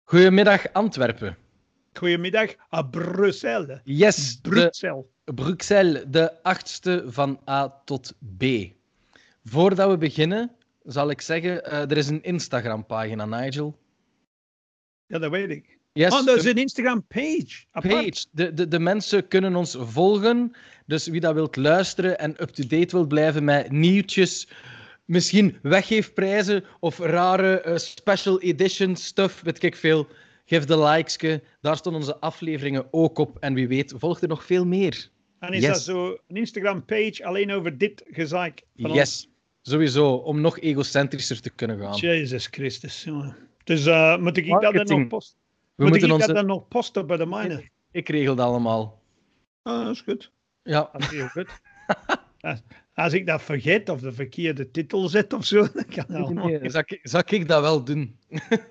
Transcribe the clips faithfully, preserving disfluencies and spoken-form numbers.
Goedemiddag Antwerpen. Goedemiddag à Brussel. Yes, Brussel. De, Bruxelles, de achtste van A tot B. Voordat we beginnen, zal ik zeggen, uh, er is een Instagram-pagina, Nigel. Ja, dat weet ik. Yes, oh, dat is een Instagram-page. Page. De, de, de mensen kunnen ons volgen. Dus wie dat wilt luisteren en up-to-date wilt blijven met nieuwtjes, misschien weggeefprijzen of rare uh, special edition stuff, weet ik veel. Geef de likes. Daar staan onze afleveringen ook op. En wie weet, volgt er nog veel meer. En is yes. dat zo een Instagram-page alleen over dit gezaak van yes, ons? Sowieso. Om nog egocentrischer te kunnen gaan. Jezus Christus, jongen. Dus uh, moet ik Marketing. dat dan nog posten? We moet moeten ik onze... dat dan nog posten bij de mijne? Ik, ik regel dat allemaal. Ah, dat is goed. Ja. Dat is heel goed. als, als ik dat vergeet of de verkeerde titel zet of zo, dan kan dat allemaal. Nee, zal, ik, zal ik dat wel doen?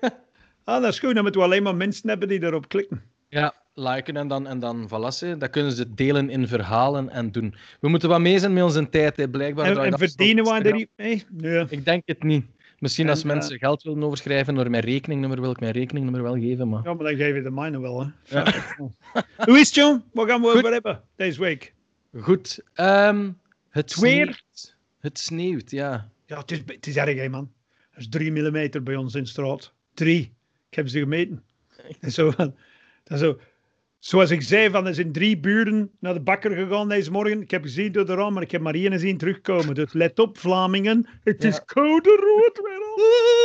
Ah, dat is goed. Dan moeten we alleen maar mensen hebben die erop klikken. Ja, liken en dan, en dan valassen. Dat kunnen ze delen in verhalen en doen. We moeten wat mee zijn met onze tijd, hè, blijkbaar. En, en verdienen wij er niet mee? Nee. Ik denk het niet. Misschien en, als mensen uh, geld willen overschrijven door mijn rekeningnummer, wil ik mijn rekeningnummer wel geven. Maar... Ja, maar dan geef je de mijne wel, hè. Ja. Hoe is het, John? Wat gaan we Goed. over hebben deze week? Goed. Um, het Weer? Sneeuwt. Het sneeuwt, ja. Ja, het is, het is erg, hè, man. Dat is drie millimeter bij ons in de straat. Drie. Ik heb ze gemeten. En zo, dat is zo, zoals ik zei, van, er zijn drie buren naar de bakker gegaan deze morgen. Ik heb gezien door de raam, maar ik heb maar één zien terugkomen. Dus let op, Vlamingen. Het is ja. koude rood weer al.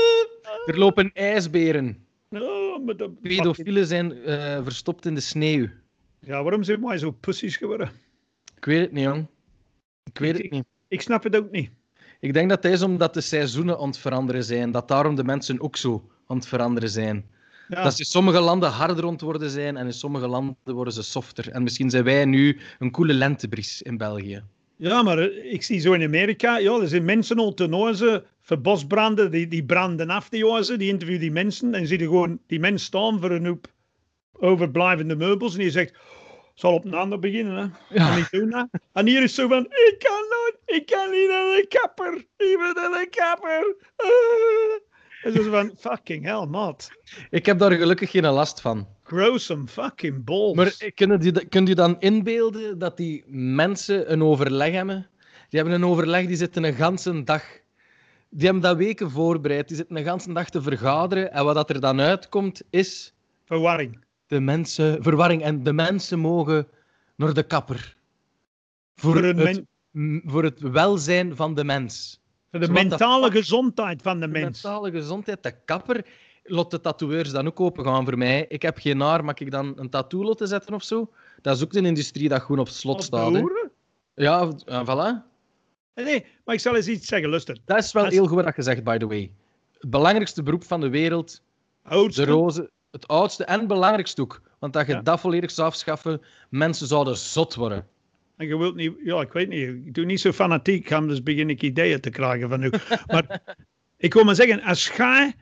Er lopen ijsberen. Oh, maar de... Pedofielen zijn uh, verstopt in de sneeuw. Ja, waarom zijn wij zo pussies geworden? Ik weet het niet, jong. Ik weet ik, het niet. Ik, ik snap het ook niet. Ik denk dat het is omdat de seizoenen aan het veranderen zijn. Dat daarom de mensen ook zo aan het veranderen zijn. Ja. Dat ze in sommige landen harder aan het worden zijn en in sommige landen worden ze softer. En misschien zijn wij nu een coole lentebries in België. Ja, maar ik zie zo in Amerika, ja, er zijn mensen al ten oorze voor bosbranden, die, die branden af, die oorze, die interviewen die mensen en zie je gewoon die mensen staan voor een hoop overblijvende meubels en die zegt, zal op een ander beginnen, hè. Ja. En niet doen, hè. En hier is zo van, ik kan nooit, ik kan niet naar de kapper, ik ben naar de kapper. Uh. En zo van, fucking hell, maat. Ik heb daar gelukkig geen last van. Grow some fucking balls. Maar kun je, kun je dan inbeelden dat die mensen een overleg hebben? Die hebben een overleg, die zitten een ganse dag... Die hebben dat weken voorbereid. Die zitten een ganse dag te vergaderen. En wat dat er dan uitkomt, is... Verwarring. De mensen... Verwarring. En de mensen mogen naar de kapper. Voor, voor, het, men... voor het welzijn van de mens. Voor de Zodat mentale de... gezondheid van de, de mens. De mentale gezondheid. De kapper... Lot de tatoeëurs dan ook open gaan voor mij. Ik heb geen haar, mag ik dan een tattoo laten zetten of zo? Dat is ook een industrie dat gewoon op het slot op staat. Hè? Ja, uh, voilà. Nee, maar ik zal eens iets zeggen, luister. Dat is wel Als... heel goed wat je gezegd, by the way. Het belangrijkste beroep van de wereld. Oudste. De roze. Het oudste en het belangrijkste ook. Want dat je ja. dat volledig zou afschaffen, mensen zouden zot worden. En je wilt niet... Ja, ik weet niet. Ik doe niet zo fanatiek. Dus begin ik ideeën te krijgen van nu. Maar ik wil maar zeggen, als jij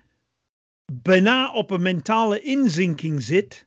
bijna op een mentale inzinking zit,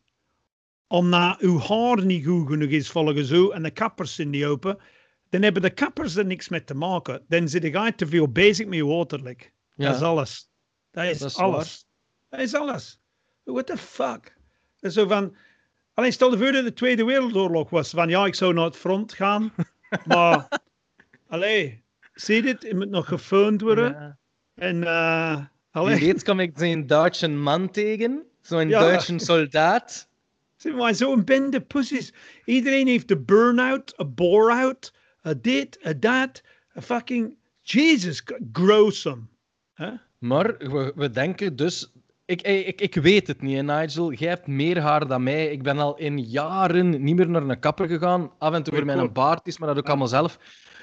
omdat uw haar niet goed genoeg is volgens u en de kappers zijn niet open, dan hebben de kappers er niks mee te maken. Dan zit je te veel bezig met je waterlijk. Ja. Dat is alles. Dat is, dat is alles. Waar. Dat is alles. What the fuck? Dat is zo van... Alleen stel je voor dat de Tweede Wereldoorlog was. Van ja, ik zou naar het front gaan. Maar... Allee, zie je dit? Je moet nog gefeund worden. Ja. En... Uh, Wie weet kom ik zo'n Duitse man tegen. Zo'n ja. Duitse soldaat. Zeg maar, zo'n bende pussies. Iedereen heeft een burn-out, een bore-out, een dit, een dat, een fucking... Jesus, gruesome. Huh? Maar we, we denken dus... Ik, ik, ik weet het niet, hè, Nigel. Jij hebt meer haar dan mij. Ik ben al in jaren niet meer naar een kapper gegaan. Af en toe voor mijn baard is, maar dat doe ik ja. allemaal zelf.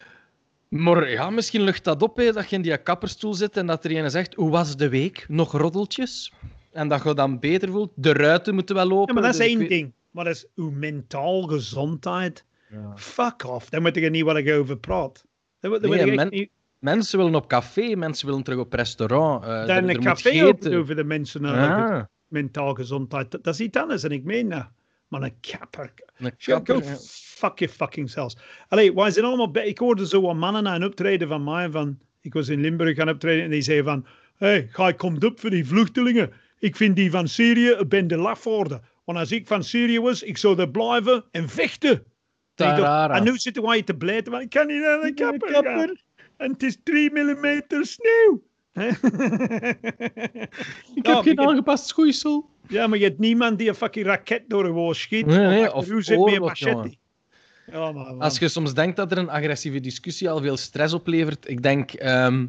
Maar ja, misschien lucht dat op, hè, dat je in die kapperstoel zit en dat er een zegt, hoe was de week? Nog roddeltjes? En dat je dan beter voelt. De ruiten moeten wel lopen. Ja, maar dat is dus één weet... ding. Maar dat is uw mentaal gezondheid. Ja. Fuck off. Daar moet ik niet wat ik over praat. Daar, daar nee, ik men... niet... Mensen willen op café, mensen willen terug op restaurant. Uh, Daar een café open over de mensen. Ah. Mentaal gezondheid. Dat, dat is iets anders en ik meen dat. Maar een kapper. Een kapper Go ja. fuck je fucking zelfs. Allee, wij zijn allemaal... Be- ik hoorde zo wat mannen aan optreden van mij. Van, ik was in Limburg gaan optreden en die zeiden van... Hé, hey, ga ik komt op voor die vluchtelingen. ik vind die van Syrië een bende lafwoorden. Want als ik van Syrië was, ik zou daar blijven en vechten. Tarara. En nu zitten wij te blijten, want ik kan niet naar de kapper, De kapper. gaan. En het is drie millimeter sneeuw. Ik Ja, heb geen maar je- aangepast schoeisel. Ja, maar je hebt niemand die een fucking raket door een woord schiet. Nee, nee, of of hoe zit met een oorlog, machete. jongen. Ja, maar, man. Als je soms denkt dat er een agressieve discussie al veel stress oplevert, ik denk, ehm,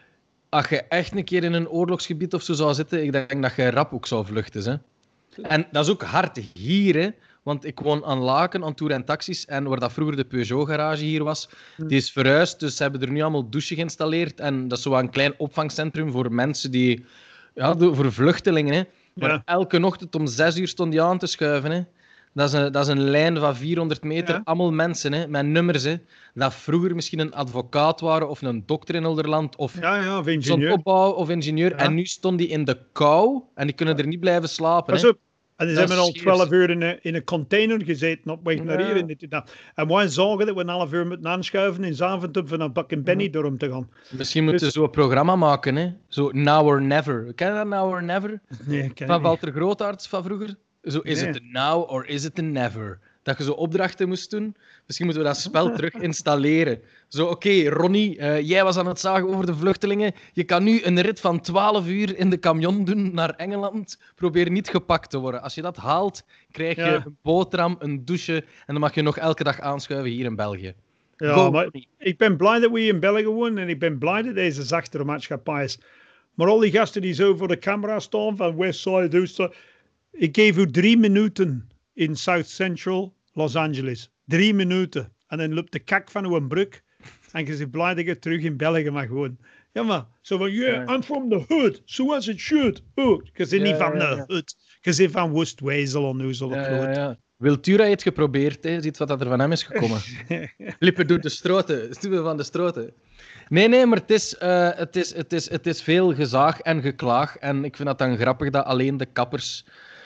als je echt een keer in een oorlogsgebied of zo zou zitten, ik denk dat je rap ook zou vluchten. Hè. En dat is ook hard hier, hè. Want ik woon aan Laken, aan Tour en Taxis, en waar dat vroeger de Peugeot-garage hier was, die is verhuisd, dus ze hebben er nu allemaal douchen geïnstalleerd. En dat is zo een klein opvangcentrum voor mensen die... Ja, de- voor vluchtelingen, hè. Maar Ja. elke ochtend om zes uur stond die aan te schuiven, hè. Dat is, een, dat is een lijn van vierhonderd meter, Ja. allemaal mensen, hè, met nummers. Hè, dat vroeger misschien een advocaat waren, of een dokter in Olderland, of Ja, ja, of zo'n ingenieur. opbouw of ingenieur. Ja. En nu stond die in de kou en die kunnen er niet blijven slapen. Pas Hè. op. En die Dat hebben is al schiers. twaalf uur in een, in een container gezeten op weg naar Ja. hier. En, dit en, dat. En wij zagen dat we een half uur moeten aanschuiven in Zaventem van een bak en Benny door om te gaan. Misschien moeten Dus- ze zo'n programma maken, hè? Zo Now or Never. Ken je dat, Now or Never? Nee, ik ken Van het niet. Walter Grootaerts van vroeger? Zo, is Nee. het een now or is it a never? Dat je zo opdrachten moest doen. Misschien moeten we dat spel terug installeren. Zo, oké, Ronnie, eh, jij was aan het zagen over de vluchtelingen. Je kan nu een rit van twaalf uur in de camion doen naar Engeland. Probeer niet gepakt te worden. Als je dat haalt, krijg je Ja. een boterham, een douche en dan mag je nog elke dag aanschuiven hier in België. Ja, Go, maar Ronnie. ik ben blij dat we in België wonen en ik ben blij dat deze zachtere maatschappij is. Maar al die gasten die zo voor de camera staan van Westside, Ooster, ik geef u drie minuten in South Central Los Angeles. Drie minuten. En dan loopt de kak van uw brug en je zit blij dat je terug in België mag wonen. Ja, maar zo van, yeah, Ja. I'm from the hood, so as it should. Oh, je zit Ja, niet van ja, de ja. hood. Je zit van Woestwezel en Oezel. Ja, ja, ja. Wiltura heeft geprobeerd, hè. Ziet wat dat er van hem is gekomen. Lippen doet de stroten, stuwen van de stroten. Nee, nee, maar het is, eh, het, is, het, is, het is veel gezaag en geklaag. En ik vind dat dan grappig dat alleen de kappers...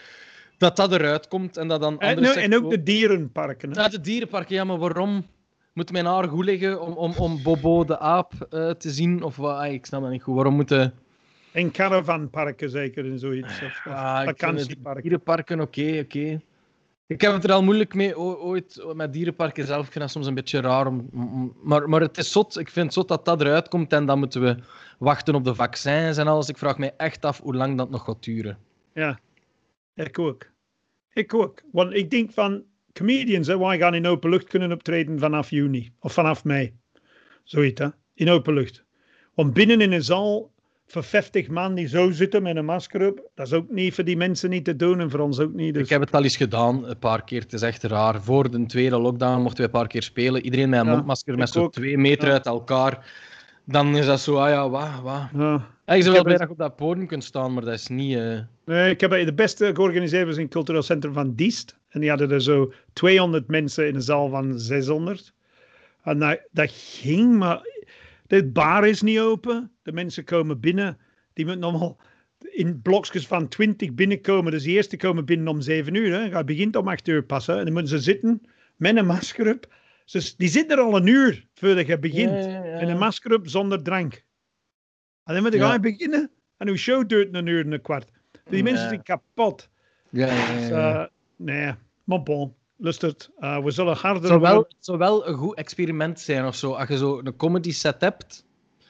dat dat eruit komt en dat dan En, andere nou, en ook sectoren- de dierenparken. Hè? Ja, de dierenparken, ja, maar waarom moet mijn haar goed liggen om, om, om Bobo de aap eh, te zien? Of wat? Ah, ik snap dat niet goed. Waarom moeten... En caravanparken zeker en zoiets. Of, of Ah, ik vind het- vakantieparken. dierenparken, oké, oké. Ik heb het er al moeilijk mee o- ooit met dierenparken zelf. Ik vind dat soms een beetje raar. Om, om- maar, maar het is zot. Ik vind het zot dat dat eruit komt en dan moeten we wachten op de vaccins en alles. Ik vraag mij echt af hoe lang dat nog gaat duren. Ja, ik ook. Ik ook. Want ik denk van comedians, hè, wij gaan in open lucht kunnen optreden vanaf juni of vanaf mei. Zoiets, hè? In open lucht. Want binnen in een zaal voor vijftig man die zo zitten met een masker op, dat is ook niet voor die mensen niet te doen en voor ons ook niet. Dus... Ik heb het al eens gedaan, een paar keer. Het is echt raar. Voor de tweede lockdown mochten we een paar keer spelen. Iedereen met een Ja, mondmasker, met ik zo'n ook. twee meter Ja. uit elkaar. Dan is dat zo, ah ja, wat, wat. Ja. Ja, je bent heb wel blij het- dat je op dat podium kunt staan, maar dat is niet... eh, Nee, ik heb de beste georganiseerd was in het cultureel centrum van Diest. En die hadden er zo tweehonderd mensen in een zaal van zeshonderd. En dat, dat ging, maar de bar is niet open. De mensen komen binnen. Die moeten allemaal in blokjes van twintig binnenkomen. Dus de eerste komen binnen om zeven uur. Hè. Het begint om acht uur pas. Hè. En dan moeten ze zitten met een masker op. Dus die zitten er al een uur voordat je begint. Ja, ja, ja. Met een masker op zonder drank. En dan moet je Ja. gaan beginnen. En uw show duurt een uur en een kwart. Die mensen Ja. zijn kapot. Ja, ja, ja, Dus, ja. eh, nee, maar bon. Lustert. Uh, we zullen harder Het zou wel, worden. het zou wel een goed experiment zijn of zo. Als je zo een comedy set hebt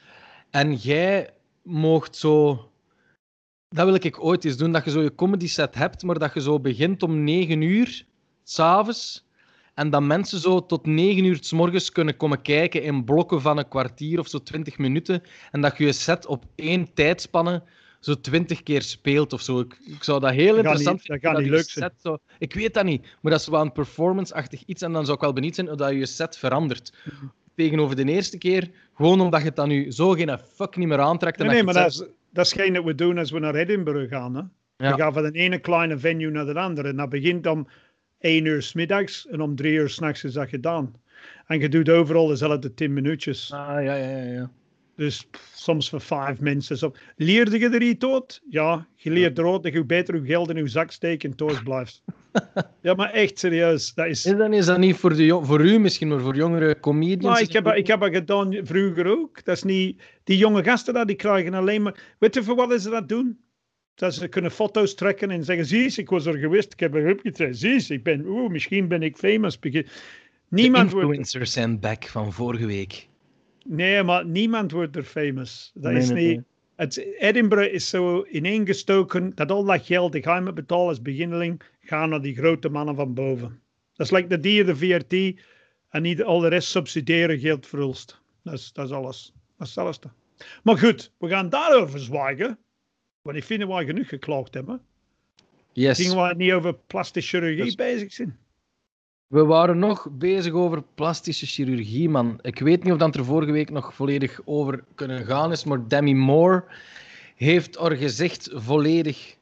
en jij moogt zo. Dat wil ik ooit eens doen. Dat je zo je comedy set hebt, maar dat je zo begint om negen uur s'avonds. En dat mensen zo tot negen uur 's morgens kunnen komen kijken in blokken van een kwartier of zo twintig minuten. En dat je je set op één tijdspanne zo twintig keer speelt of zo. Ik, ik zou dat heel gaat interessant niet- dat vinden. gaat niet je leuk zijn. set zo... Ik weet dat niet, maar dat is wel een performance-achtig iets. En dan zou ik wel benieuwd zijn hoe dat je je set verandert. Mhm. Tegenover de eerste keer, gewoon omdat je het dan nu zo geen fuck niet meer aantrekt. En Nee, nee, dat maar je dat het is, dat is geen dat we doen als we naar Edinburgh gaan. Hè? Ja. We gaan van de ene kleine venue naar de andere. En dat begint om één uur 's middags en om drie uur 's nachts is dat gedaan. En je doet overal dezelfde tien minuutjes. zet- Ah, ja, ja, ja. ja. Dus pff, soms voor vijf mensen. Zo. Leerde je er iets uit? Ja, je leert eruit dat je beter je geld in je zak steekt en thuis blijft. Ja, maar echt serieus. Dat is... Is, dat, is dat niet voor, de jong- voor u misschien, maar voor jongere comedians? Maar is ik heb, het- ik heb dat gedaan vroeger ook. Dat is niet... Die jonge gasten daar, die krijgen alleen maar... Weet je voor wat ze dat doen? dat ze kunnen foto's trekken en zeggen, zie eens, ik was er geweest, ik heb er opgetreden. Zie eens, ik ben, oeh, misschien ben ik famous. Niemand de influencers wordt... zijn back van vorige week. Nee, maar niemand wordt er famous. Dat nee, is nee, niet... nee. Het, Edinburgh is zo ineengestoken dat al dat geld dat je moet betalen als beginneling gaat naar die grote mannen van boven. Dat is like dat die de V R T en niet al de rest subsidiëren geld verhulst. Dat is, dat is alles. Dat is alles. Maar goed, we gaan daarover zwijgen. Want ik vind dat we genoeg geklaagd hebben. Yes. Gingen we niet over plastische chirurgie Dus... bezig zijn? We waren nog bezig over plastische chirurgie, man. Ik weet niet of dat er vorige week nog volledig over kunnen gaan is, maar Demi Moore heeft haar gezicht volledig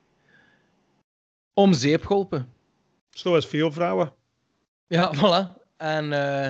om zeep geholpen. Zoals veel vrouwen. Ja, voilà. En... Uh,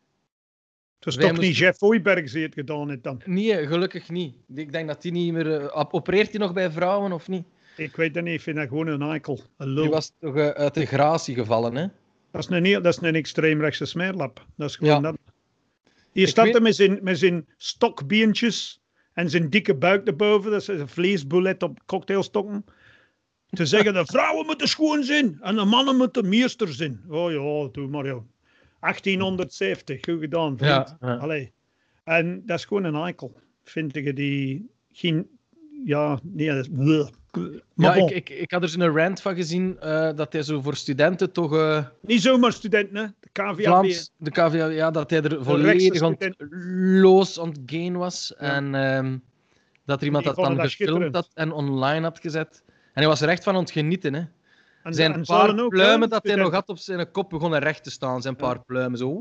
het was toch moesten... niet Jeff Hoiberg die het gedaan heeft dan? Nee, gelukkig niet. Ik denk dat die niet meer... Uh, opereert hij nog bij vrouwen of niet? Ik weet het niet. Ik vind dat gewoon een eikel. Een lul. Die was toch uh, uit de gratie gevallen, hè? Dat is een, dat is een extreemrechtse smeerlap. Dat is gewoon ja. dat. Hier staat weet... er met zijn, met zijn stokbeentjes en zijn dikke buik erboven. Dat is een vleesboulet op cocktailstokken. Te zeggen, de vrouwen moeten schoon zijn en de mannen moeten meester zijn. Oh ja, doe maar joh. achttienhonderdzeventig, goed gedaan, vriend. Ja, ja. Allee. En dat is gewoon een eikel. Vind ik die geen... Ja, nee, dat is... Maar ja, bon. ik, ik, ik had er zo'n rant van gezien uh, dat hij zo voor studenten toch... Uh, Niet zomaar studenten, hè. De K V A V. Vlaams, de K V A V, ja, dat hij er volledig ont, los on het gain was. Ja. En um, dat er iemand dat dan dat gefilmd had en online had gezet. En hij was er echt van ontgenieten, hè. En, zijn en paar ook, pluimen dat hij nog had op zijn kop begonnen recht te staan. Zijn paar ja. pluimen, zo...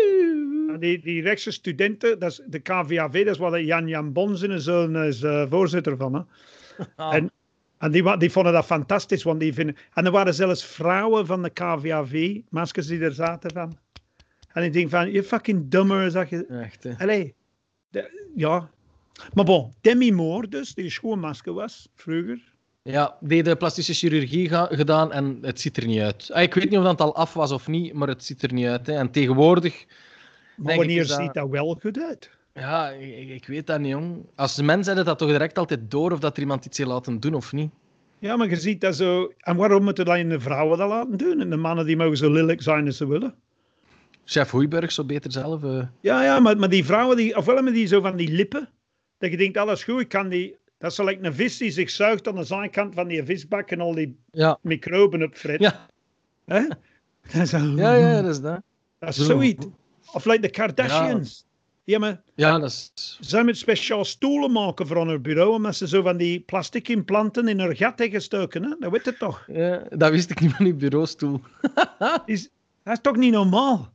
Die, die rechtse studenten, dat is de K V A V, dat is waar Jan Jan Bonzen zo'n is uh, voorzitter van, hè. Ah. En, en die, die vonden dat fantastisch, want die vinden... En er waren zelfs vrouwen van de K V A V, maskers die er zaten van. En ik denk van, je fucking dummer, zeg je. Echt, hè. Allee, de, ja. Maar bon, Demi Moore dus, die schoon masker was, vroeger. Ja, die de plastische chirurgie ga, gedaan en het ziet er niet uit. Ah, ik weet niet of dat al af was of niet, maar het ziet er niet uit. Hè. En tegenwoordig... Maar wanneer dat... ziet dat wel goed uit? Ja, ik, ik weet dat niet, jong. Als de mensen hebben dat toch direct altijd door of dat er iemand iets heeft laten doen of niet. Ja, maar je ziet dat zo... En waarom moeten dan de vrouwen dat laten doen? En de mannen die mogen zo lelijk zijn als ze willen? Chef Hoiberg zo beter zelf. Uh... Ja, ja, maar, maar die vrouwen, die, ofwel hebben die zo van die lippen, dat je denkt, alles goed, ik kan die... Dat is like een vis die zich zuigt aan de zijkant van die visbak en al die ja. microben opvret. Ja. Hè? Dat is een... ja, ja, dat is dat. Dat is zoiets. Of like de Kardashians. Ja, maar ja, dat is... Ze met speciaal stoelen maken voor haar bureau, omdat ze zo van die plastic implanten in haar gat hebben gestoken. Hè? Dat weet je toch? Ja, dat wist ik niet van die bureaustoel. is, dat is toch niet normaal?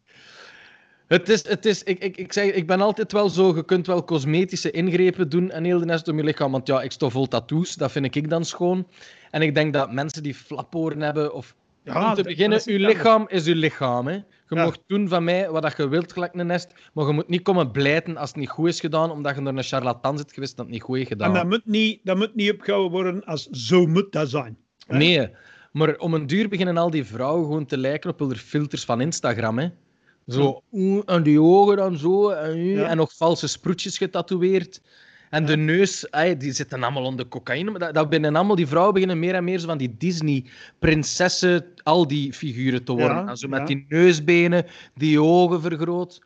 Het is, het is, ik, ik, ik, zeg, ik ben altijd wel zo, je kunt wel cosmetische ingrepen doen en heel de rest om je lichaam, want ja, ik sta vol tattoos, dat vind ik dan schoon. En ik denk dat mensen die flaporen hebben, of ja, om te beginnen, je lichaam is je lichaam. Hè. Je ja. mag doen van mij wat je wilt, gelijk een nest, maar je moet niet komen blijten als het niet goed is gedaan, omdat je door een charlatan zit geweest dat het niet goed is gedaan. En dat moet niet, dat moet niet opgehouden worden als zo moet dat zijn. Hè? Nee, maar om een duur beginnen al die vrouwen gewoon te lijken op hun filters van Instagram, hè. Zo, uh, en die ogen dan zo, en, uh, ja. en nog valse sproetjes getatoeëerd. En ja. de neus, ay, die zitten allemaal onder cocaïne. Maar dat, dat binnen allemaal, die vrouwen beginnen meer en meer zo van die Disney-prinsessen, al die figuren te worden. Ja, en zo met ja. die neusbenen, die ogen vergroot.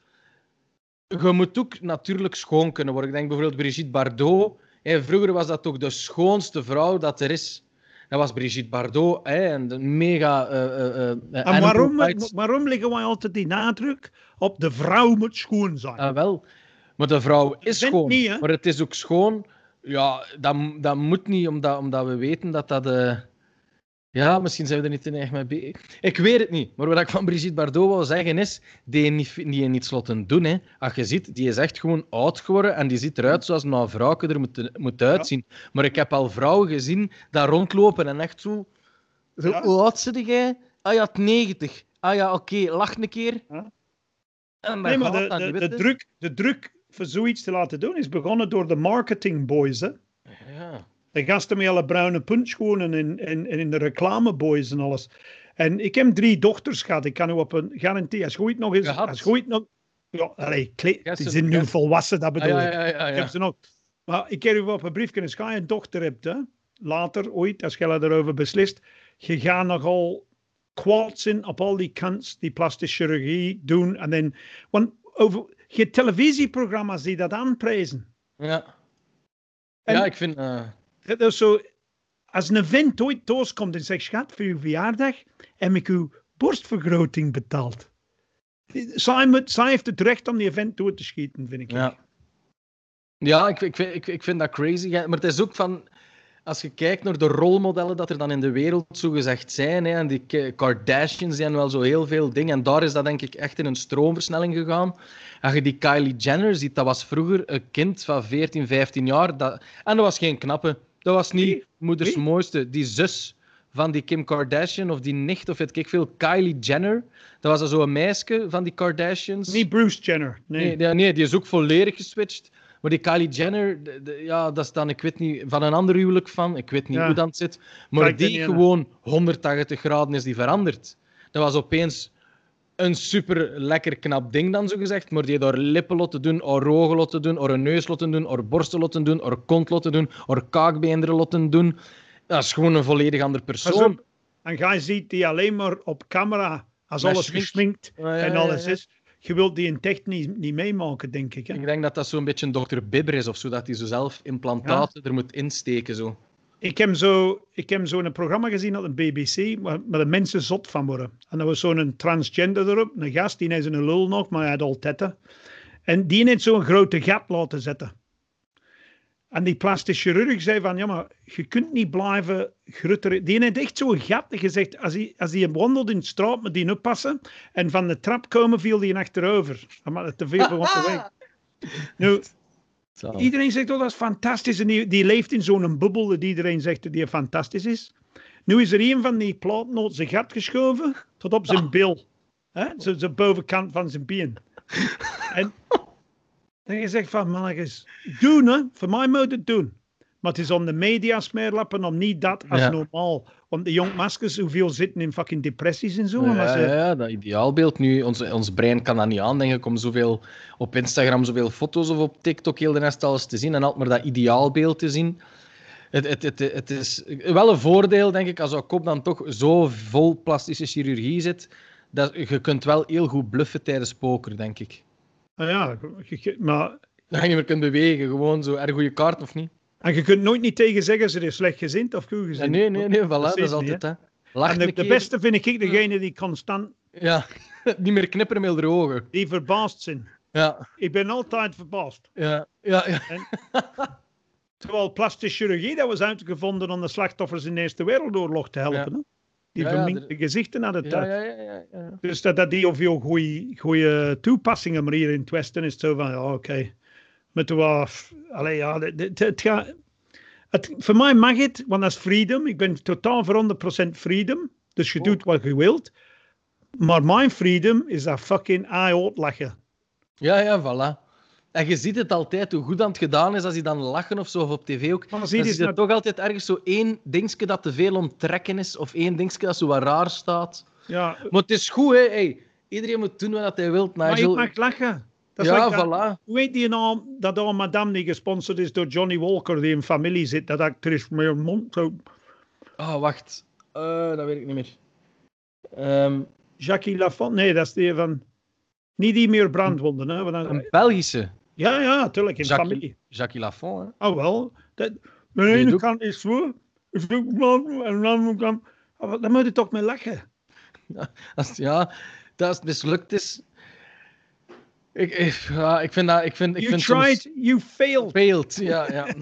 Je moet ook natuurlijk schoon kunnen worden. Ik denk bijvoorbeeld Brigitte Bardot. Hey, vroeger was dat toch de schoonste vrouw dat er is. Dat was Brigitte Bardot, hè, en de mega... Uh, uh, en waarom, waarom leggen wij altijd die nadruk op de vrouw moet schoon zijn? Ah, wel. Maar de vrouw is schoon. Niet, maar het is ook schoon. Ja, dat, dat moet niet, omdat, omdat we weten dat dat... Uh... Ja, misschien zijn we er niet in echt mee bezig. Ik weet het niet. Maar wat ik van Brigitte Bardot wil zeggen is, die niet, die niet sloten doen. Hè. Als je ziet, die is echt gewoon oud geworden en die ziet eruit zoals een vrouwke er moet, moet uitzien. Ja. Maar ik heb al vrouwen gezien daar rondlopen en echt zo... zo ja. Hoe oud zit jij? Ah ja, negentig. Ah ja, oké, okay, lach een keer. Ja. En nee, maar de, de, de, de, druk, de druk voor zoiets te laten doen is begonnen door de marketingboys, hè. Ja. De gasten met alle bruine puntschoenen en, en, en in de reclameboys en alles. En ik heb drie dochters gehad. Ik kan u op een garantie... Als je ooit nog eens... Als je ooit nog... Ja, allee, kle- ja, ze zijn nu ja. volwassen, dat bedoel ik. Ah, ja, ja, ja, ja. Ik heb ze nog... Maar ik heb u op een briefje, als je een dochter hebt, hè, later ooit, als je erover beslist, je gaat nogal kwaad zijn op al die kants die plastische chirurgie doen. En dan, want over, je hebt televisieprogramma's die dat aanprijzen. Ja, en, ja ik vind... Uh... Dat is zo, als een vent ooit thuiskomt en zegt, schat, voor uw verjaardag heb ik uw borstvergroting betaald. Zij, moet, zij heeft het recht om die event door te schieten, vind ik. Ja, ja ik, ik, ik, ik vind dat crazy. Maar het is ook van... Als je kijkt naar de rolmodellen dat er dan in de wereld zogezegd zijn, hè, en die Kardashians zijn wel zo heel veel dingen, en daar is dat denk ik echt in een stroomversnelling gegaan. Als je die Kylie Jenner ziet, dat was vroeger een kind van veertien, vijftien jaar, dat, en dat was geen knappe. Dat was niet nee. moeders nee. mooiste. Die zus van die Kim Kardashian, of die nicht, of weet ik veel, Kylie Jenner, dat was zo'n meisje van die Kardashians. Niet Bruce Jenner, nee. Nee, nee, die is ook volledig geswitcht. Maar die Kylie Jenner, de, de, ja, dat is dan, ik weet niet, van een ander huwelijk van. Ik weet niet ja. hoe dat zit. Maar Kijk die gewoon honderdtachtig graden is die veranderd. Dat was opeens een super lekker knap ding dan, zo gezegd. Maar die door lippen laten doen, or ogen laten doen, or een neus laten doen, or borsten laten doen, or kont laten doen, or kaakbeenderen laten doen. Dat is gewoon een volledig ander persoon. En jij ziet die alleen maar op camera, als Met alles schmink. gesminkt ja, ja, en alles ja, ja. is... Je wilt die in tech niet, niet meemaken, denk ik. Hè? Ik denk dat dat zo'n beetje een dokter Bibber is of zo, dat hij zo zelf implantaten ja. er moet insteken. Zo. Ik heb zo, ik heb zo een programma gezien op de B B C, waar, waar de mensen zot van worden. En er was zo'n transgender erop, een gast, die is een lul nog, maar hij had al tetten. En die heeft zo'n grote gat laten zetten. En die plastisch chirurg zei van, ja, maar je kunt niet blijven grutteren. Die heeft echt zo'n gat gezegd, als hij, als hij wandelt in de straat, moet die oppassen. En van de trap komen viel die achterover. Maar het te veel begon te weg. Nu, Zo. Iedereen zegt, oh, dat is fantastisch. En die, die leeft in zo'n bubbel dat iedereen zegt dat die fantastisch is. Nu is er een van die plaatnoot zijn gat geschoven tot op zijn bil. Hè? Zo, de bovenkant van zijn been. En... En je zegt van, mannetjes, doen hè, voor mij moet het doen. Maar het is om de media smeerlappen, om niet dat als ja. normaal. Want de jongmaskers, hoeveel zitten in fucking depressies en zo. Ja, maar ze... ja, dat ideaalbeeld nu, ons, ons brein kan dat niet aan, denk ik, om zoveel op Instagram zoveel foto's of op TikTok heel de rest alles te zien en altijd maar dat ideaalbeeld te zien. Het, het, het, het is wel een voordeel, denk ik, als jouw kop dan toch zo vol plastische chirurgie zit, dat je kunt wel heel goed bluffen tijdens poker, denk ik. Ja, maar... Dat je niet meer kunt bewegen, gewoon zo erg goede kaart of niet. En je kunt nooit niet tegen zeggen ze is slecht gezind of goed gezind. Ja, nee, nee, nee, voilà, dat, dat is altijd, hè. En de, de beste vind ik degene die constant... Ja, niet meer knipperen met de ogen. Die verbaasd zijn. Ja. Ik ben altijd verbaasd. Ja, ja, ja. En, terwijl plastische chirurgie, dat was uitgevonden om de slachtoffers in de Eerste Wereldoorlog te helpen, ja. hè? Die ja, verminkte ja, de... gezichten aan de tijd. Ja, ja, ja, ja, ja. Dus dat, dat die of veel goede toepassingen, maar hier in het Westen is het zo van, ja, oké. Okay. Met wat, allee, ja, het, het, het gaat... Het, voor mij mag het, want dat is freedom. Ik ben totaal voor honderd procent freedom. Dus je oh. doet wat je wilt. Maar mijn freedom is dat fucking uitlachen. Ja, ja, voilà. En je ziet het altijd, hoe goed dat het gedaan is als die dan lachen of zo, of op tv ook. Maar zie je er toch altijd ergens zo één dingetje dat te veel onttrekken is, of één dingetje dat zo wat raar staat. Ja. Maar het is goed, hè. Hey, iedereen moet doen wat hij wil, Nigel. Maar ik mag lachen. Dat ja, like voilà. Dat, hoe weet die nou dat al Madame die gesponsord is door Johnny Walker, die in familie zit, dat actrice meer mond zo... Oh, wacht. Uh, dat weet ik niet meer. Um... Jackie Lafont? Nee, dat is die van... Niet die meer brandwonden, hè. Dan... Een Belgische? Ja, ja, natuurlijk, in Jackie, familie. Jackie Lafont, hè. Oh, wel. Dat... Mijn ene kant is zo, is ook blond, en de andere kant... Oh, daar moet je toch mee lachen. Ja, als, ja, dat het mislukt is... Ik, ik, ja, ik vind dat... Ik vind, ik you vind tried, soms... you failed. Failed, ja, ja.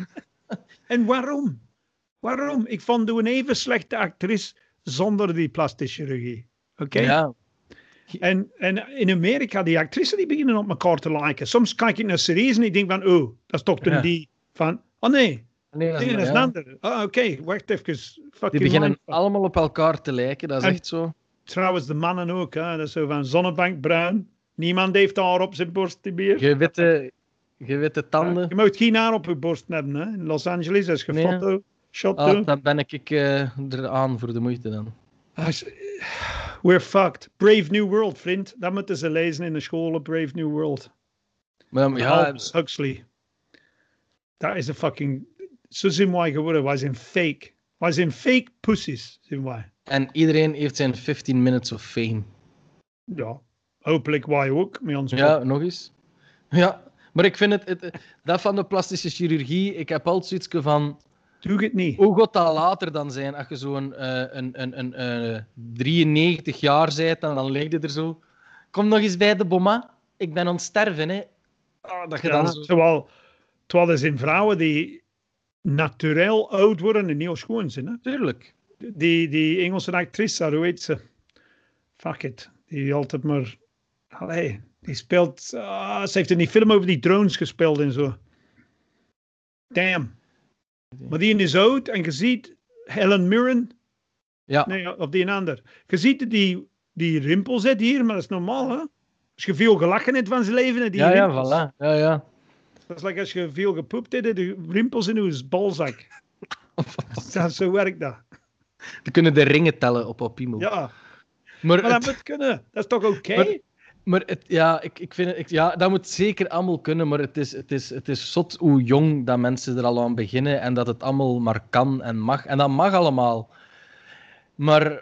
En waarom? Waarom? Ik vond u een even slechte actrice zonder die plastische chirurgie. Oké? Okay? Ja. En, en in Amerika, die actrices die beginnen op elkaar te liken. Soms kijk ik naar series en ik denk van, oh, dat is toch de ja. die van... Oh nee, nee dat is, nee, dat is ja. een ander. Oh, oké, okay. Wacht even. Fucking die beginnen life. allemaal op elkaar te lijken, dat is en echt zo. Trouwens, de mannen ook. Hè? Dat is zo van zonnebankbruin. Niemand heeft haar op zijn borst te meer. Je witte, je witte tanden. Ja, je moet geen haar op je borst hebben. Hè? In Los Angeles, als je nee. foto shot ah, doet. Dan ben ik uh, er aan voor de moeite dan. We're fucked. Brave New World, vriend. Dat moeten ze lezen in de scholen. Brave New World. Maar, ja, Aldous Huxley. Dat is een fucking... zo zijn wij geworden. Wij zijn fake. Wij zijn fake pussies, zijn wij. En iedereen heeft zijn fifteen minutes of fame. Ja, hopelijk wij ook, met ons. Ja, nog eens. Ja, maar ik vind het, het... Dat van de plastische chirurgie, ik heb altijd zoiets van... Doe het niet. Hoe gaat dat later dan zijn? Als je zo'n uh, een, een, een, uh, drieënnegentig jaar bent, en dan lig je er zo... Kom nog eens bij de bomma. Ik ben ontsterven, hè. Oh, dat je ja, dan zo... Terwijl, terwijl er zijn vrouwen die natuurlijk oud worden en heel schoon zijn, hè. Tuurlijk. Die, die Engelse actrice, hoe heet ze? Fuck it. Die altijd maar... Allee, die speelt... Uh, ze heeft in die film over die drones gespeeld en zo. Damn. Maar die is oud en je ziet Helen Mirren. Ja. Nee, of die een ander. Je ziet die, die rimpels zit hier, maar dat is normaal, hè? Als je veel gelachen hebt van zijn leven, die ja, rimpels. Ja, voilà. Ja, ja. Dat is like als je veel gepoept hebt, de rimpels in je balzak. dat, zo werkt dat. We kunnen de ringen tellen op op piemel. Ja. Maar, maar het... dat moet kunnen. Dat is toch oké? Okay? Maar, maar het, ja, ik, ik vind het, ik, ja, dat moet zeker allemaal kunnen, maar het is, het, is, het is zot hoe jong dat mensen er al aan beginnen en dat het allemaal maar kan en mag. En dat mag allemaal. Maar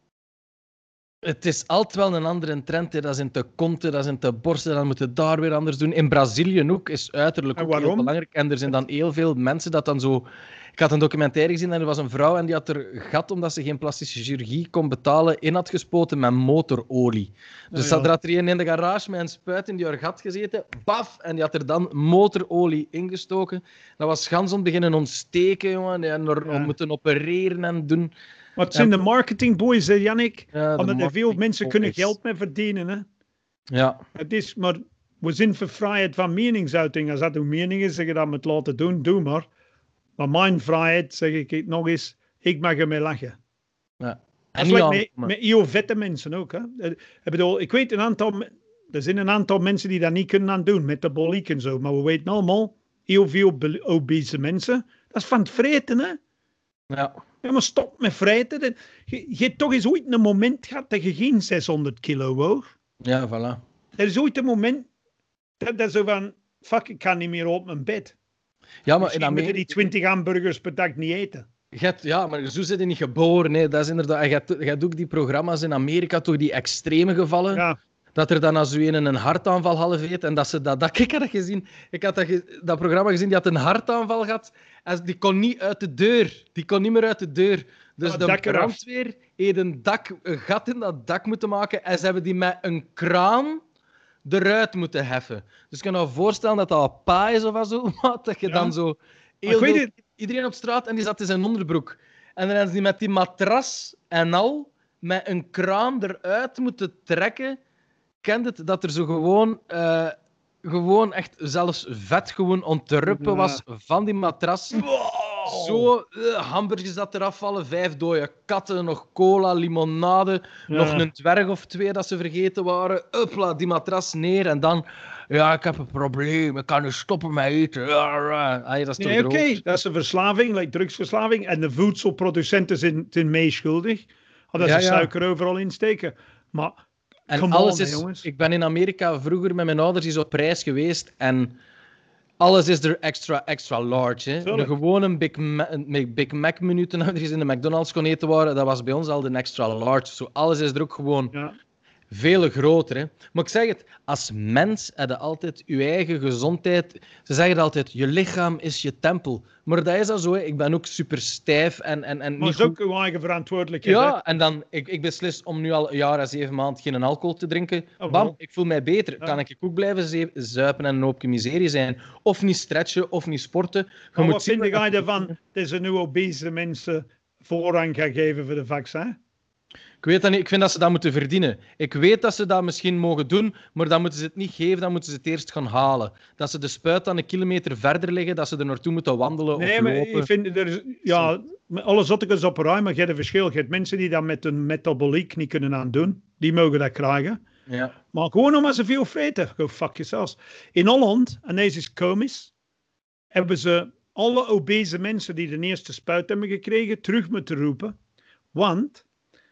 het is altijd wel een andere trend. Hè. Dat is in te konten, dat is in te borsten, dan moeten daar weer anders doen. In Brazilië ook is uiterlijk ook heel belangrijk. En er zijn dan heel veel mensen dat dan zo... Ik had een documentaire gezien en er was een vrouw en die had er gat, omdat ze geen plastische chirurgie kon betalen, in had gespoten met motorolie. Dus oh, ja. Er had er een in de garage met een spuit in die haar gat gezeten. Baf! En die had er dan motorolie ingestoken. Dat was gans om beginnen ontsteken, jongen. En er ja. moeten opereren en doen. Maar het zijn de marketingboys, hè, Jannik. Ja, omdat er veel mensen kunnen geld mee verdienen. Hè. Ja. Het is, maar we zijn voor vrijheid van meningsuiting. Als dat uw mening is, zeg je dat met laten doen, doe maar. Maar mijn vrijheid, zeg ik nog eens, ik mag ermee lachen. Ja. En niet like met, met heel vette mensen ook. Hè. Ik bedoel, ik weet een aantal, er zijn een aantal mensen die dat niet kunnen aan doen, metaboliek en zo. Maar we weten allemaal, heel veel obese mensen, dat is van het vreten, hè. Ja. Ja, maar stop met vreten. Je, je hebt toch eens ooit een moment gehad dat je geen zeshonderd kilo woog. Ja, voilà. Er is ooit een moment dat dat zo van, fuck, ik kan niet meer op mijn bed. Ja, maar Misschien in Amerika... die twintig hamburgers per dag niet eten. Hebt, ja, maar zo zit je niet geboren. Hè. Dat is inderdaad... Je hebt, je hebt ook die programma's in Amerika, toch die extreme gevallen. Ja. Dat er dan als u een hartaanval half heeft en dat ze dat... dat ik had dat gezien. Ik had dat, ge, dat programma gezien, die had een hartaanval gehad. En die kon niet uit de deur. Die kon niet meer uit de deur. Dus oh, de brandweer heeft een, dak, een gat in dat dak moeten maken en ze hebben die met een kraan eruit moeten heffen. Dus je kan je voorstellen dat dat een pa is of zo, dat je ja. dan zo... Heel veel, iedereen op straat en die zat in zijn onderbroek. En dan hebben ze die met die matras en al met een kraan eruit moeten trekken. Kent het dat er zo gewoon, uh, gewoon echt zelfs vet gewoon ontruppen was van die matras. Wow. Zo, uh, hamburgers dat eraf vallen, vijf dode katten, nog cola, limonade, ja. nog een dwerg of twee dat ze vergeten waren. Uppla, die matras neer en dan... Ja, ik heb een probleem. Ik kan nu stoppen met eten. Ah, dat is nee, oké. Okay. Dat is een verslaving, like drugsverslaving. En de voedselproducenten zijn, zijn meeschuldig. Dat ze ja, ja. suiker overal insteken. Maar, en alles on, is... jongens. Ik ben in Amerika vroeger met mijn ouders eens op reis geweest. En alles is er extra, extra large. Hè. Een gewone Big, Ma- Big Mac menu toen we in de McDonald's kon eten waren, dat was bij ons al de extra large. Zo, alles is er ook gewoon... Ja. Veel groter, hè. Maar ik zeg het, als mens heb je altijd je eigen gezondheid. Ze zeggen altijd, je lichaam is je tempel. Maar dat is al zo, hè. Ik ben ook super stijf en, en, en maar niet dat is ook uw eigen verantwoordelijkheid. Ja, hè? en dan, ik, ik beslis om nu al een jaar en zeven maanden geen alcohol te drinken. Oh, Bam, ik voel mij beter. Ja. Kan ik ook blijven ze- zuipen en een hoopje miserie zijn. Of niet stretchen, of niet sporten. Je maar moet wat zien vind jij ervan dat ze nu obese mensen voorrang gaan geven voor de vaccin? Ik weet dat niet. Ik vind dat ze dat moeten verdienen. Ik weet dat ze dat misschien mogen doen, maar dan moeten ze het niet geven, dan moeten ze het eerst gaan halen. Dat ze de spuit dan een kilometer verder liggen, dat ze er naartoe moeten wandelen nee, of maar lopen. Ik vind, er is, ja, alle zottekens op ruim, maar je hebt een verschil. Je hebt mensen die dat met een metaboliek niet kunnen aandoen. Die mogen dat krijgen. Ja. Maar gewoon omdat ze veel vreten. Go fuck yourselves. In Holland, en deze is komisch, hebben ze alle obese mensen die de eerste spuit hebben gekregen, terug moeten roepen. Want...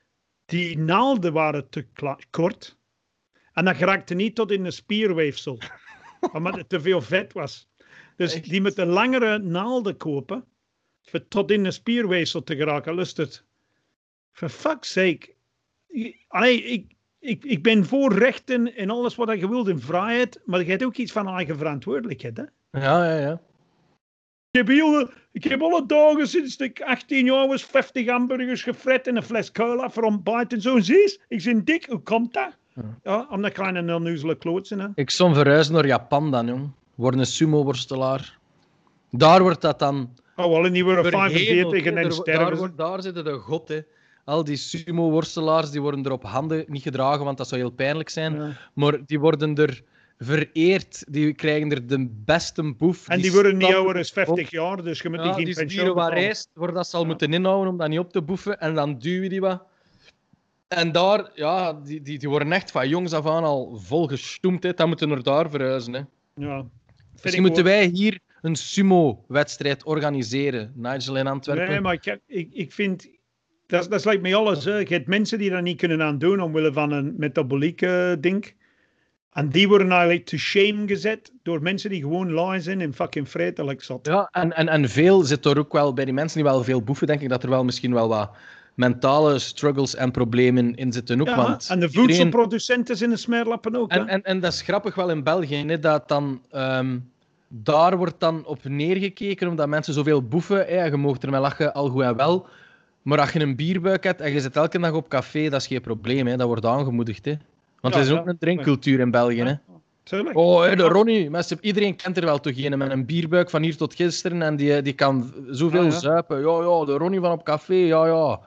die naalden waren te kla- kort. En dat geraakte niet tot in de spierweefsel. Omdat het te veel vet was. Dus Echt? Die moeten langere naalden kopen. voor tot in de spierweefsel te geraken, lust het. For fuck's sake. Allee, ik, ik, ik ben voor rechten en alles wat je wilt in vrijheid, maar je hebt ook iets van eigen verantwoordelijkheid, hè? Ja, ja, ja. Ik heb, heel, ik heb alle dagen sinds ik achttien jaar was vijftig hamburgers gefret en een fles cola voor ontbijt en zo. Zie ik ben dik, hoe komt dat? Ja, ja om dat kleine onnozele klootsen, hè? Ik zou verhuizen naar Japan dan, jong. Word een sumo-worstelaar. Daar wordt dat dan... Oh, wel, en die worden verhemeld, vijfenveertig hè. en dan Daar- sterven daar, ze. wordt- daar zitten de god, hè. Al die sumo-worstelaars die worden er op handen niet gedragen, want dat zou heel pijnlijk zijn. Ja. Maar die worden er vereerd. Die krijgen er de beste boef. En die worden niet stampen ouder dan vijftig jaar, dus je moet Ja, die geen die pensioen sturen wat betalen. rijst, waar dat ze al Ja. moeten inhouden om dat niet op te boeven. En dan duwen die wat. En daar, ja, die, die, die worden echt van jongs af aan al vol gestoemd. Hè. Dan moeten we naar daar verhuizen. Hè. Ja. Misschien moeten wij hier een sumo-wedstrijd organiseren, Nigel in Antwerpen. Nee, maar ik, heb- ik, ik vind... Dat, is- dat is lijkt me alles. Hè. Je hebt mensen die dat niet kunnen aan doen omwille van een metaboliek eh, ding. En die worden eigenlijk to shame gezet door mensen die gewoon lui zijn en fucking vretelijk zat. Ja, en, en, en veel zit er ook wel bij die mensen die wel veel boeven, denk ik dat er wel misschien wel wat mentale struggles en problemen in zitten ook. Ja, want en de iedereen- voedselproducenten zijn de smerlappen ook. Hè? En, en, en dat is grappig wel in België, hè, dat dan, ehm, daar wordt dan op neergekeken omdat mensen zoveel boeven. Hè, je mag ermee lachen, al goed en wel. Maar als je een bierbuik hebt en je zit elke dag op café, dat is geen probleem. Hè, dat wordt aangemoedigd. Hè. Want Ja, er is ja. ook een drinkcultuur in België. Hè. Ja, tuurlijk. Oh, hè, de Ronnie. Mensen, iedereen kent er wel toch een met een bierbuik van hier tot gisteren en die, die kan zoveel Ja, ja. zuipen. Ja, ja, de Ronnie van op café, ja, ja.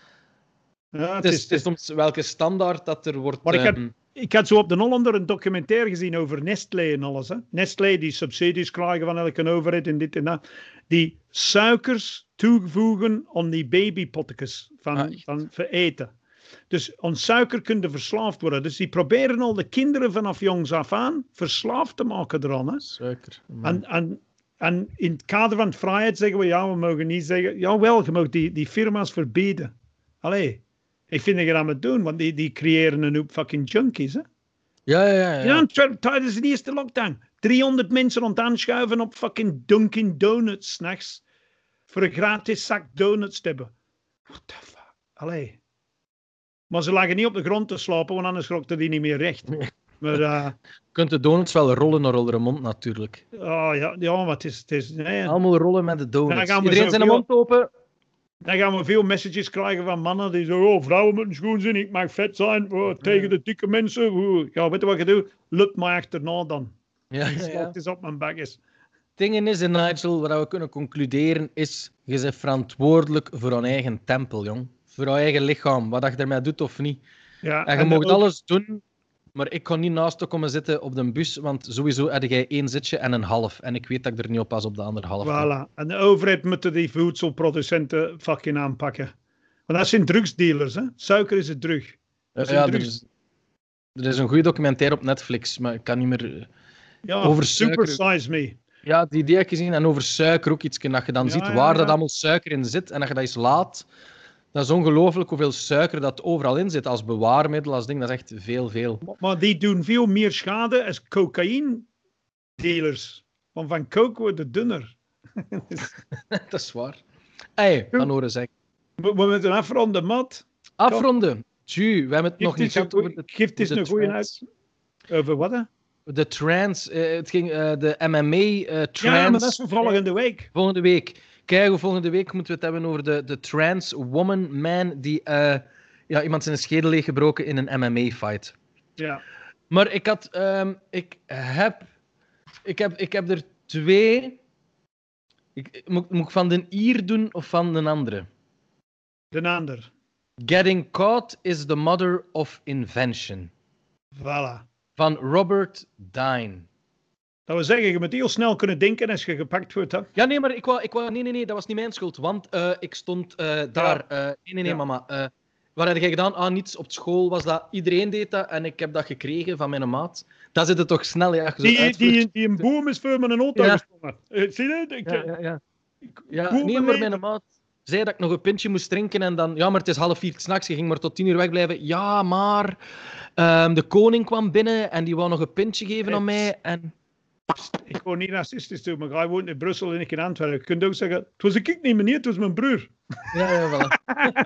Ja, Het is, het is soms welke standaard dat er wordt... Maar ik heb- ehm, Ik had zo op de Hollander een documentaire gezien over Nestlé en alles. Hè? Nestlé die subsidies krijgen van elke overheid en dit en dat. Die suikers toevoegen aan die babypottekes van, Ah, echt? van voor eten. Dus aan suiker kunnen verslaafd worden. Dus die proberen al de kinderen vanaf jongs af aan verslaafd te maken eraan. Hè? Suiker. En, en, en in het kader van vrijheid zeggen we, ja, we mogen niet zeggen... Jawel, je mag die, die firma's verbieden. Allee, ik vind dat je dat moet doen, want die, die creëren een hoop fucking junkies, hè. Ja, ja, ja. ja. Ja, tw- tijdens de eerste lockdown. driehonderd mensen rond aanschuiven op fucking Dunkin' Donuts s'nachts. Voor een gratis zak donuts te hebben. What the fuck? Allee. Maar ze lagen niet op de grond te slapen, want anders schrokte die niet meer recht. Maar, uh, Je kunt de donuts wel rollen naar onder mond, natuurlijk. oh ja, ja, maar het is... Het is nee, Allemaal rollen met de Dan donuts. gaan we Iedereen zijn zoveel- mond open. dan gaan we veel messages krijgen van mannen die zeggen, oh, vrouwen moeten schoon zijn, ik mag vet zijn, oh, tegen de dikke mensen. Oh. Ja, weet je wat je doet? Lukt mij achterna dan. Ja, ja, Slaat ja. eens op mijn bakjes. Het ding is, in Nigel, wat we kunnen concluderen, is je bent verantwoordelijk voor je eigen tempel, jong. Voor je eigen lichaam, wat je ermee doet of niet. Ja, En je en mag ook- alles doen, maar ik kan niet naast je komen zitten op de bus, want sowieso heb jij één zitje en een half. En ik weet dat ik er niet op pas op de andere half. Voilà. En de overheid moet die voedselproducenten fucking aanpakken. Want dat zijn drugsdealers, hè. Suiker is een drug. Dat zijn Ja, er drugs. is, er is een goede documentaire op Netflix, maar ik kan niet meer... Ja, over super suiker. size me. Ja, die, die heb ik gezien. En over suiker ook iets. Dat je dan Ja, ziet ja, waar ja. dat allemaal suiker in zit. En dat je dat eens laat. Dat is ongelooflijk hoeveel suiker dat overal in zit. Als bewaarmiddel, als ding. Dat is echt veel, veel. Maar- Maar die doen veel meer schade als cocaïne dealers. Want van coke worden dunner. Dat is waar. Hey, van horen zeg. We, we moeten afronden, Matt. Afronden. Tju, we hebben het nog Geef niet eens een gehad over goeie- de, geef eens de een goede trans. uit. Over wat, hè? De trans. eh, het ging eh, de M M A eh, trans. Ja, maar dat is voor volgende week. Volgende week. Kijk, volgende week moeten we het hebben over de, de trans woman man die eh, ja, iemand zijn schedel heeft gebroken in een M M A-fight. Ja. Maar ik had... ehm, ik, heb, ik, heb, ik heb er twee... Ik, moet, moet ik van de Ier doen of van de andere? De ander. Getting Caught is the Mother of Invention. Voilà. Van Robert Dine. Dat wil zeggen, je moet heel snel kunnen denken als je gepakt wordt, hè? Ja, nee, maar ik wou... Ik wou nee, nee, nee, dat was niet mijn schuld. Want eh, ik stond eh, daar... eh, nee, nee, nee, Ja. mama. Eh, wat heb jij gedaan? Ah, niets. Op school was dat... Iedereen deed dat en ik heb dat gekregen van mijn maat. Dat zit het toch snel, ja. als je zo Die, uitvoert. die, die een boom is voor mijn auto Ja. gesprongen. Eh, zie je? Ik, Ja, ja, ja. ik- Ja, boom nee, maar beneden. mijn maat zei dat ik nog een pintje moest drinken en dan... Ja, maar het is half vier 's nachts, je ging maar tot tien uur wegblijven. Ja, maar... ehm, de koning kwam binnen en die wou nog een pintje geven aan mij en... Ik word niet racistisch toe, maar hij woont in Brussel en ik in Antwerpen. Je kunt ook zeggen, het was ik niet meneer, het was mijn broer. Ja, ja, voilà.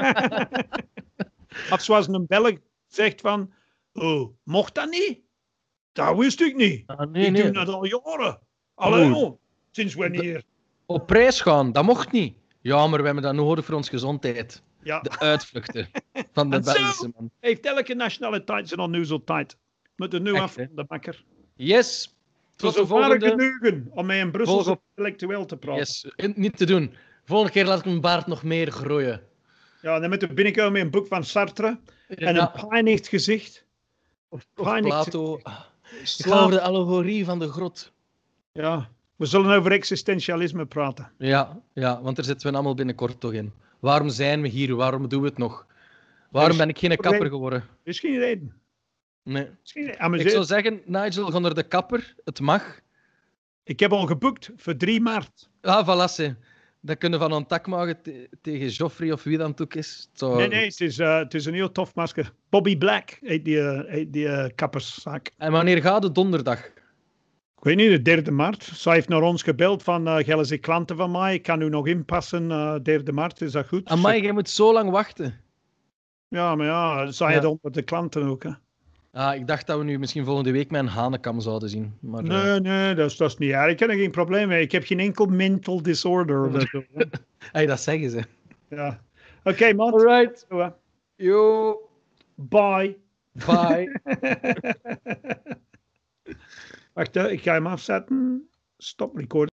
Of zoals een Belg zegt van, oh, mocht dat niet? Dat wist ik niet. Ah, nee, ik nee. doe dat al jaren. Allee, Oh. oh, sinds wanneer? Op prijs gaan, dat mocht niet. Ja, maar we hebben dat nodig voor onze gezondheid. Ja. De uitvluchten van de En zo Belgische man. heeft elke nationaliteit zijn onnoezeltijd. Moet er nu Echt, af, hè? de makker. Yes. Tot Tot de een ware volgende. genoegen om met een Brusselse Volg op. intellectueel te praten. Yes. Eh, Niet te doen. Volgende keer laat ik mijn baard nog meer groeien. Ja, dan moet er binnenkomen met een boek van Sartre en Ja. een pijnigd gezicht. Of Pijnigd Plato. gezicht. Ik ga Slaap. over de allegorie van de grot. Ja, we zullen over existentialisme praten. Ja, ja, want daar zitten we allemaal binnenkort toch in. Waarom zijn we hier? Waarom doen we het nog? Waarom is ben ik geen geen kapper reden. geworden? Er is geen reden. Nee. Er is geen reden. Ik Amuseer- zou zeggen, Nigel, ga naar de kapper. Het mag. Ik heb al geboekt voor drie maart. Ah, voilà, ze. Dat kunnen we van een tak maken te- tegen Joffrey of wie dan ook is. Het zou- Nee, nee, het is, eh, het is een heel tof masker. Bobby Black heet die, eh, heet die eh, kapperszaak. En wanneer gaat het? Donderdag? Ik weet niet, de derde maart. Zij heeft naar ons gebeld van, uh, jij zijn klanten van mij, ik kan u nog inpassen, uh, derde maart, is dat goed? Amai, jij moet zo lang wachten. Ja, maar ja, zij Ja. het onder de klanten ook. Hè. Ah, ik dacht dat we nu misschien volgende week mijn hanekam zouden zien. Maar, eh, Nee, nee, dat is, dat is niet erg. Ik heb er geen probleem mee. Ik heb geen enkel mental disorder. of zo, hè. hey, dat zeggen ze. Ja. Oké, okay, man. Alright. Zo, hè. Yo. Bye. Bye. Wacht, hè, ik ga hem afzetten. Stop recording.